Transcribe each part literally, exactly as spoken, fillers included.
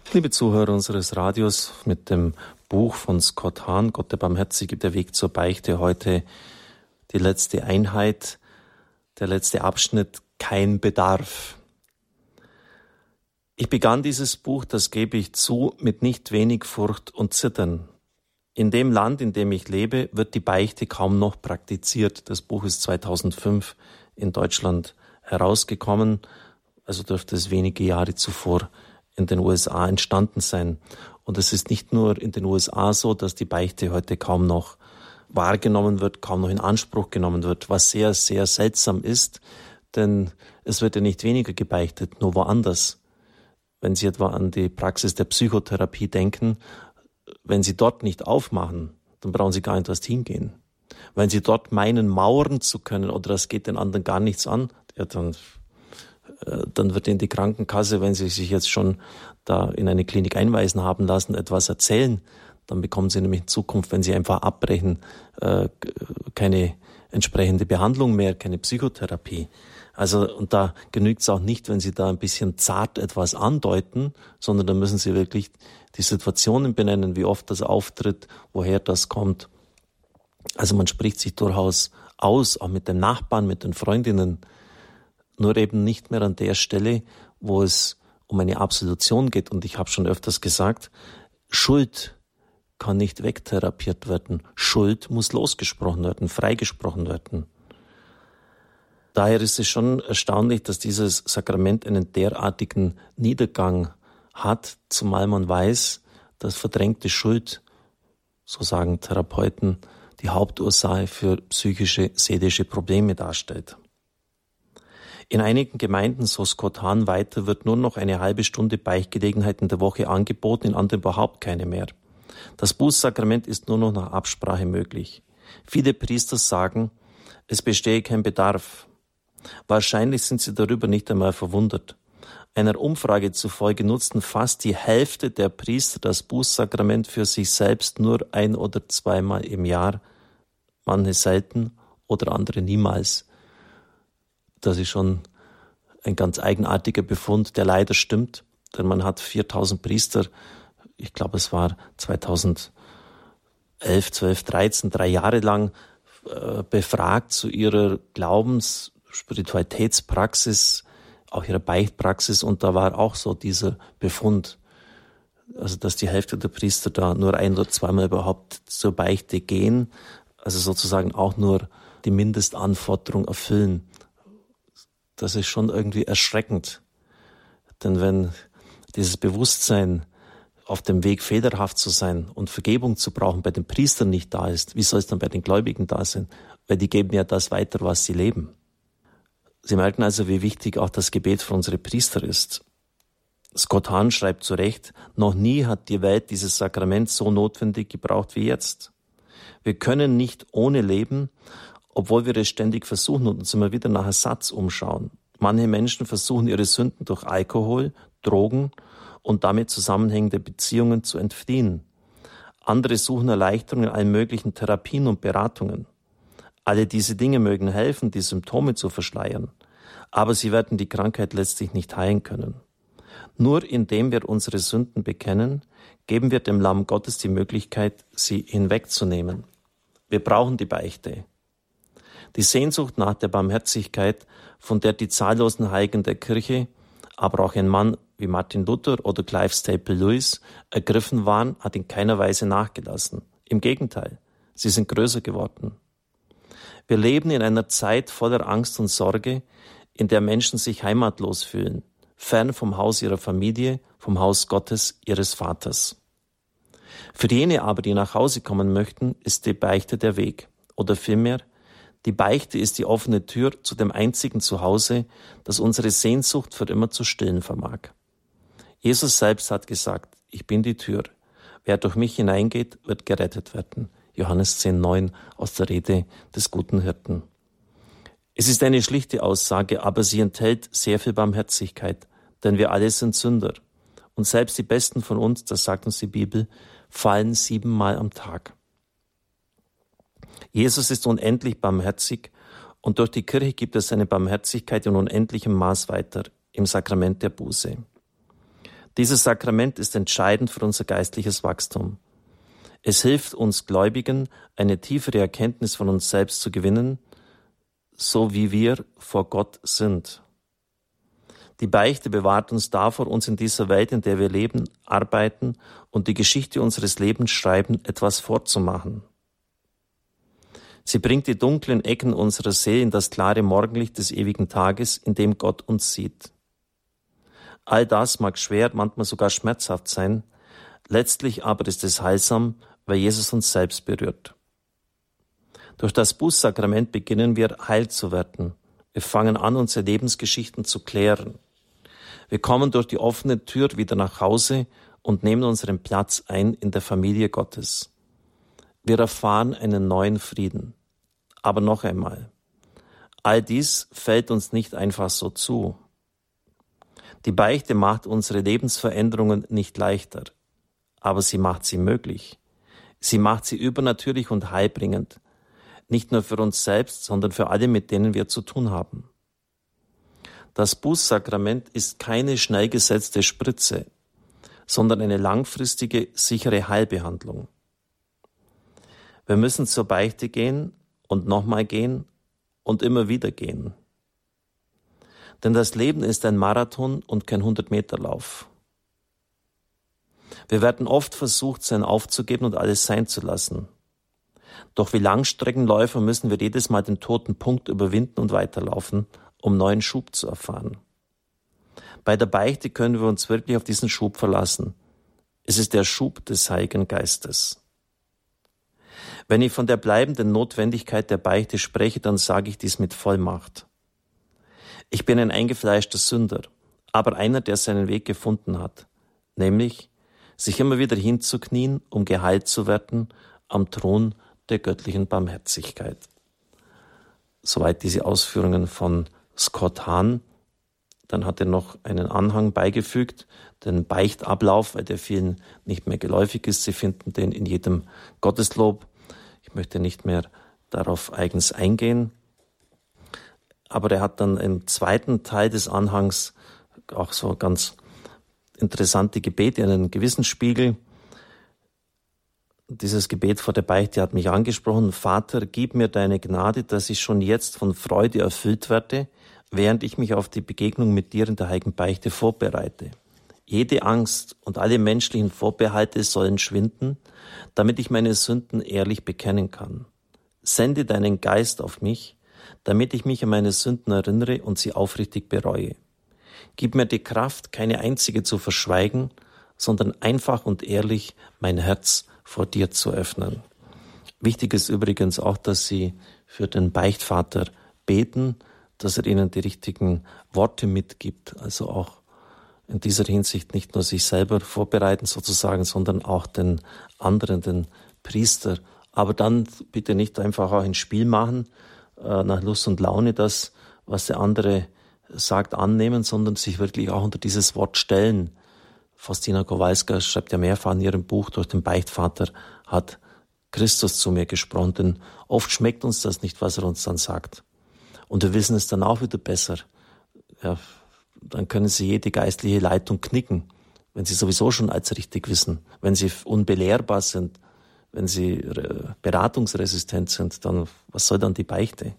Liebe Zuhörer unseres Radios, mit dem Buch von Scott Hahn, Gott der Barmherzige, der Weg zur Beichte, heute die letzte Einheit, der letzte Abschnitt, kein Bedarf. Ich begann dieses Buch, das gebe ich zu, mit nicht wenig Furcht und Zittern. In dem Land, in dem ich lebe, wird die Beichte kaum noch praktiziert. Das Buch ist zweitausendfünf in Deutschland herausgekommen, also dürfte es wenige Jahre zuvor in den U S A entstanden sein. Und es ist nicht nur in den U S A so, dass die Beichte heute kaum noch wahrgenommen wird, kaum noch in Anspruch genommen wird, was sehr, sehr seltsam ist, denn es wird ja nicht weniger gebeichtet, nur woanders. Wenn Sie etwa an die Praxis der Psychotherapie denken, wenn Sie dort nicht aufmachen, dann brauchen Sie gar nicht erst hingehen. Wenn Sie dort meinen, mauern zu können oder das geht den anderen gar nichts an, ja, dann dann wird Ihnen die Krankenkasse, wenn Sie sich jetzt schon da in eine Klinik einweisen haben lassen, etwas erzählen. Dann bekommen Sie nämlich in Zukunft, wenn Sie einfach abbrechen, keine entsprechende Behandlung mehr, keine Psychotherapie. Also, und da genügt es auch nicht, wenn Sie da ein bisschen zart etwas andeuten, sondern da müssen Sie wirklich die Situationen benennen, wie oft das auftritt, woher das kommt. Also man spricht sich durchaus aus, auch mit den Nachbarn, mit den Freundinnen, nur eben nicht mehr an der Stelle, wo es um eine Absolution geht. Und ich habe schon öfters gesagt, Schuld kann nicht wegtherapiert werden. Schuld muss losgesprochen werden, freigesprochen werden. Daher ist es schon erstaunlich, dass dieses Sakrament einen derartigen Niedergang hat, zumal man weiß, dass verdrängte Schuld, so sagen Therapeuten, die Hauptursache für psychische, seelische Probleme darstellt. In einigen Gemeinden, so Scott Hahn weiter, wird nur noch eine halbe Stunde Beichtgelegenheit in der Woche angeboten, in anderen überhaupt keine mehr. Das Bußsakrament ist nur noch nach Absprache möglich. Viele Priester sagen, es bestehe kein Bedarf. Wahrscheinlich sind sie darüber nicht einmal verwundert. Einer Umfrage zufolge nutzten fast die Hälfte der Priester das Bußsakrament für sich selbst nur ein- oder zweimal im Jahr, manche selten oder andere niemals. Das ist schon ein ganz eigenartiger Befund, der leider stimmt, denn man hat viertausend Priester, ich glaube es war zweitausendelf, zwölf, dreizehn, drei Jahre lang äh, befragt zu ihrer Glaubens-, Spiritualitätspraxis, auch ihrer Beichtpraxis, und da war auch so dieser Befund, also dass die Hälfte der Priester da nur ein oder zweimal überhaupt zur Beichte gehen, also sozusagen auch nur die Mindestanforderung erfüllen. Das ist schon irgendwie erschreckend. Denn wenn dieses Bewusstsein, auf dem Weg fehlerhaft zu sein und Vergebung zu brauchen, bei den Priestern nicht da ist, wie soll es dann bei den Gläubigen da sein? Weil die geben ja das weiter, was sie leben. Sie merken also, wie wichtig auch das Gebet für unsere Priester ist. Scott Hahn schreibt zu Recht, noch nie hat die Welt dieses Sakrament so notwendig gebraucht wie jetzt. Wir können nicht ohne leben, obwohl wir es ständig versuchen und uns immer wieder nach Ersatz umschauen. Manche Menschen versuchen ihre Sünden durch Alkohol, Drogen und damit zusammenhängende Beziehungen zu entfliehen. Andere suchen Erleichterung in allen möglichen Therapien und Beratungen. Alle diese Dinge mögen helfen, die Symptome zu verschleiern, aber sie werden die Krankheit letztlich nicht heilen können. Nur indem wir unsere Sünden bekennen, geben wir dem Lamm Gottes die Möglichkeit, sie hinwegzunehmen. Wir brauchen die Beichte. Die Sehnsucht nach der Barmherzigkeit, von der die zahllosen Heiligen der Kirche, aber auch ein Mann wie Martin Luther oder Clive Staple Lewis ergriffen waren, hat in keiner Weise nachgelassen. Im Gegenteil, sie sind größer geworden. Wir leben in einer Zeit voller Angst und Sorge, in der Menschen sich heimatlos fühlen, fern vom Haus ihrer Familie, vom Haus Gottes, ihres Vaters. Für jene aber, die nach Hause kommen möchten, ist die Beichte der Weg. Oder vielmehr, die Beichte ist die offene Tür zu dem einzigen Zuhause, das unsere Sehnsucht für immer zu stillen vermag. Jesus selbst hat gesagt, ich bin die Tür. Wer durch mich hineingeht, wird gerettet werden. Johannes zehn, neun aus der Rede des guten Hirten. Es ist eine schlichte Aussage, aber sie enthält sehr viel Barmherzigkeit, denn wir alle sind Sünder. Und selbst die Besten von uns, das sagt uns die Bibel, fallen siebenmal am Tag. Jesus ist unendlich barmherzig und durch die Kirche gibt es seine Barmherzigkeit in unendlichem Maß weiter im Sakrament der Buße. Dieses Sakrament ist entscheidend für unser geistliches Wachstum. Es hilft uns Gläubigen, eine tiefere Erkenntnis von uns selbst zu gewinnen, so wie wir vor Gott sind. Die Beichte bewahrt uns davor, uns in dieser Welt, in der wir leben, arbeiten und die Geschichte unseres Lebens schreiben, etwas vorzumachen. Sie bringt die dunklen Ecken unserer Seele in das klare Morgenlicht des ewigen Tages, in dem Gott uns sieht. All das mag schwer, manchmal sogar schmerzhaft sein, letztlich aber ist es heilsam, weil Jesus uns selbst berührt. Durch das Bußsakrament beginnen wir, heil zu werden. Wir fangen an, unsere Lebensgeschichten zu klären. Wir kommen durch die offene Tür wieder nach Hause und nehmen unseren Platz ein in der Familie Gottes. Wir erfahren einen neuen Frieden. Aber noch einmal, all dies fällt uns nicht einfach so zu. Die Beichte macht unsere Lebensveränderungen nicht leichter, aber sie macht sie möglich. Sie macht sie übernatürlich und heilbringend, nicht nur für uns selbst, sondern für alle, mit denen wir zu tun haben. Das Bußsakrament ist keine schnell gesetzte Spritze, sondern eine langfristige, sichere Heilbehandlung. Wir müssen zur Beichte gehen und nochmal gehen und immer wieder gehen. Denn das Leben ist ein Marathon und kein hundert-Meter-Lauf. Wir werden oft versucht sein, aufzugeben und alles sein zu lassen. Doch wie Langstreckenläufer müssen wir jedes Mal den toten Punkt überwinden und weiterlaufen, um neuen Schub zu erfahren. Bei der Beichte können wir uns wirklich auf diesen Schub verlassen. Es ist der Schub des Heiligen Geistes. Wenn ich von der bleibenden Notwendigkeit der Beichte spreche, dann sage ich dies mit Vollmacht. Ich bin ein eingefleischter Sünder, aber einer, der seinen Weg gefunden hat, nämlich sich immer wieder hinzuknien, um geheilt zu werden am Thron der göttlichen Barmherzigkeit. Soweit diese Ausführungen von Scott Hahn. Dann hat er noch einen Anhang beigefügt, den Beichtablauf, weil der vielen nicht mehr geläufig ist. Sie finden den in jedem Gotteslob. Ich möchte nicht mehr darauf eigens eingehen. Aber er hat dann im zweiten Teil des Anhangs auch so ganz interessante Gebete, einen Gewissensspiegel. Dieses Gebet vor der Beichte hat mich angesprochen. Vater, gib mir deine Gnade, dass ich schon jetzt von Freude erfüllt werde, während ich mich auf die Begegnung mit dir in der heiligen Beichte vorbereite. Jede Angst und alle menschlichen Vorbehalte sollen schwinden, damit ich meine Sünden ehrlich bekennen kann. Sende deinen Geist auf mich, damit ich mich an meine Sünden erinnere und sie aufrichtig bereue. Gib mir die Kraft, keine einzige zu verschweigen, sondern einfach und ehrlich mein Herz vor dir zu öffnen. Wichtig ist übrigens auch, dass Sie für den Beichtvater beten, dass er Ihnen die richtigen Worte mitgibt, also auch in dieser Hinsicht nicht nur sich selber vorbereiten sozusagen, sondern auch den anderen, den Priester. Aber dann bitte nicht einfach auch ein Spiel machen, äh, nach Lust und Laune das, was der andere sagt, annehmen, sondern sich wirklich auch unter dieses Wort stellen. Faustina Kowalska schreibt ja mehrfach in ihrem Buch, durch den Beichtvater hat Christus zu mir gesprochen, denn oft schmeckt uns das nicht, was er uns dann sagt. Und wir wissen es dann auch wieder besser. Ja, dann können Sie jede geistliche Leitung knicken, wenn Sie sowieso schon als richtig wissen. Wenn Sie unbelehrbar sind, wenn Sie beratungsresistent sind, dann was soll dann die Beichte?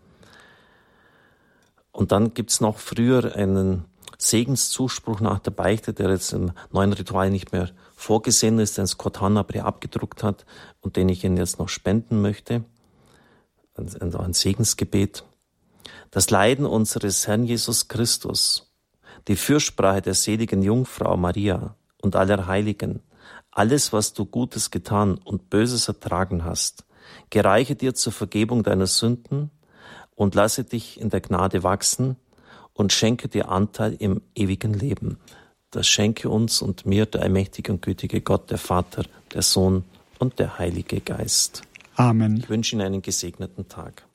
Und dann gibt's noch früher einen Segenszuspruch nach der Beichte, der jetzt im neuen Ritual nicht mehr vorgesehen ist, den Scott Hahn aber abgedruckt hat und den ich Ihnen jetzt noch spenden möchte. Ein, ein Segensgebet. Das Leiden unseres Herrn Jesus Christus, die Fürsprache der seligen Jungfrau Maria und aller Heiligen, alles, was du Gutes getan und Böses ertragen hast, gereiche dir zur Vergebung deiner Sünden und lasse dich in der Gnade wachsen und schenke dir Anteil im ewigen Leben. Das schenke uns und mir der allmächtige und gütige Gott, der Vater, der Sohn und der Heilige Geist. Amen. Ich wünsche Ihnen einen gesegneten Tag.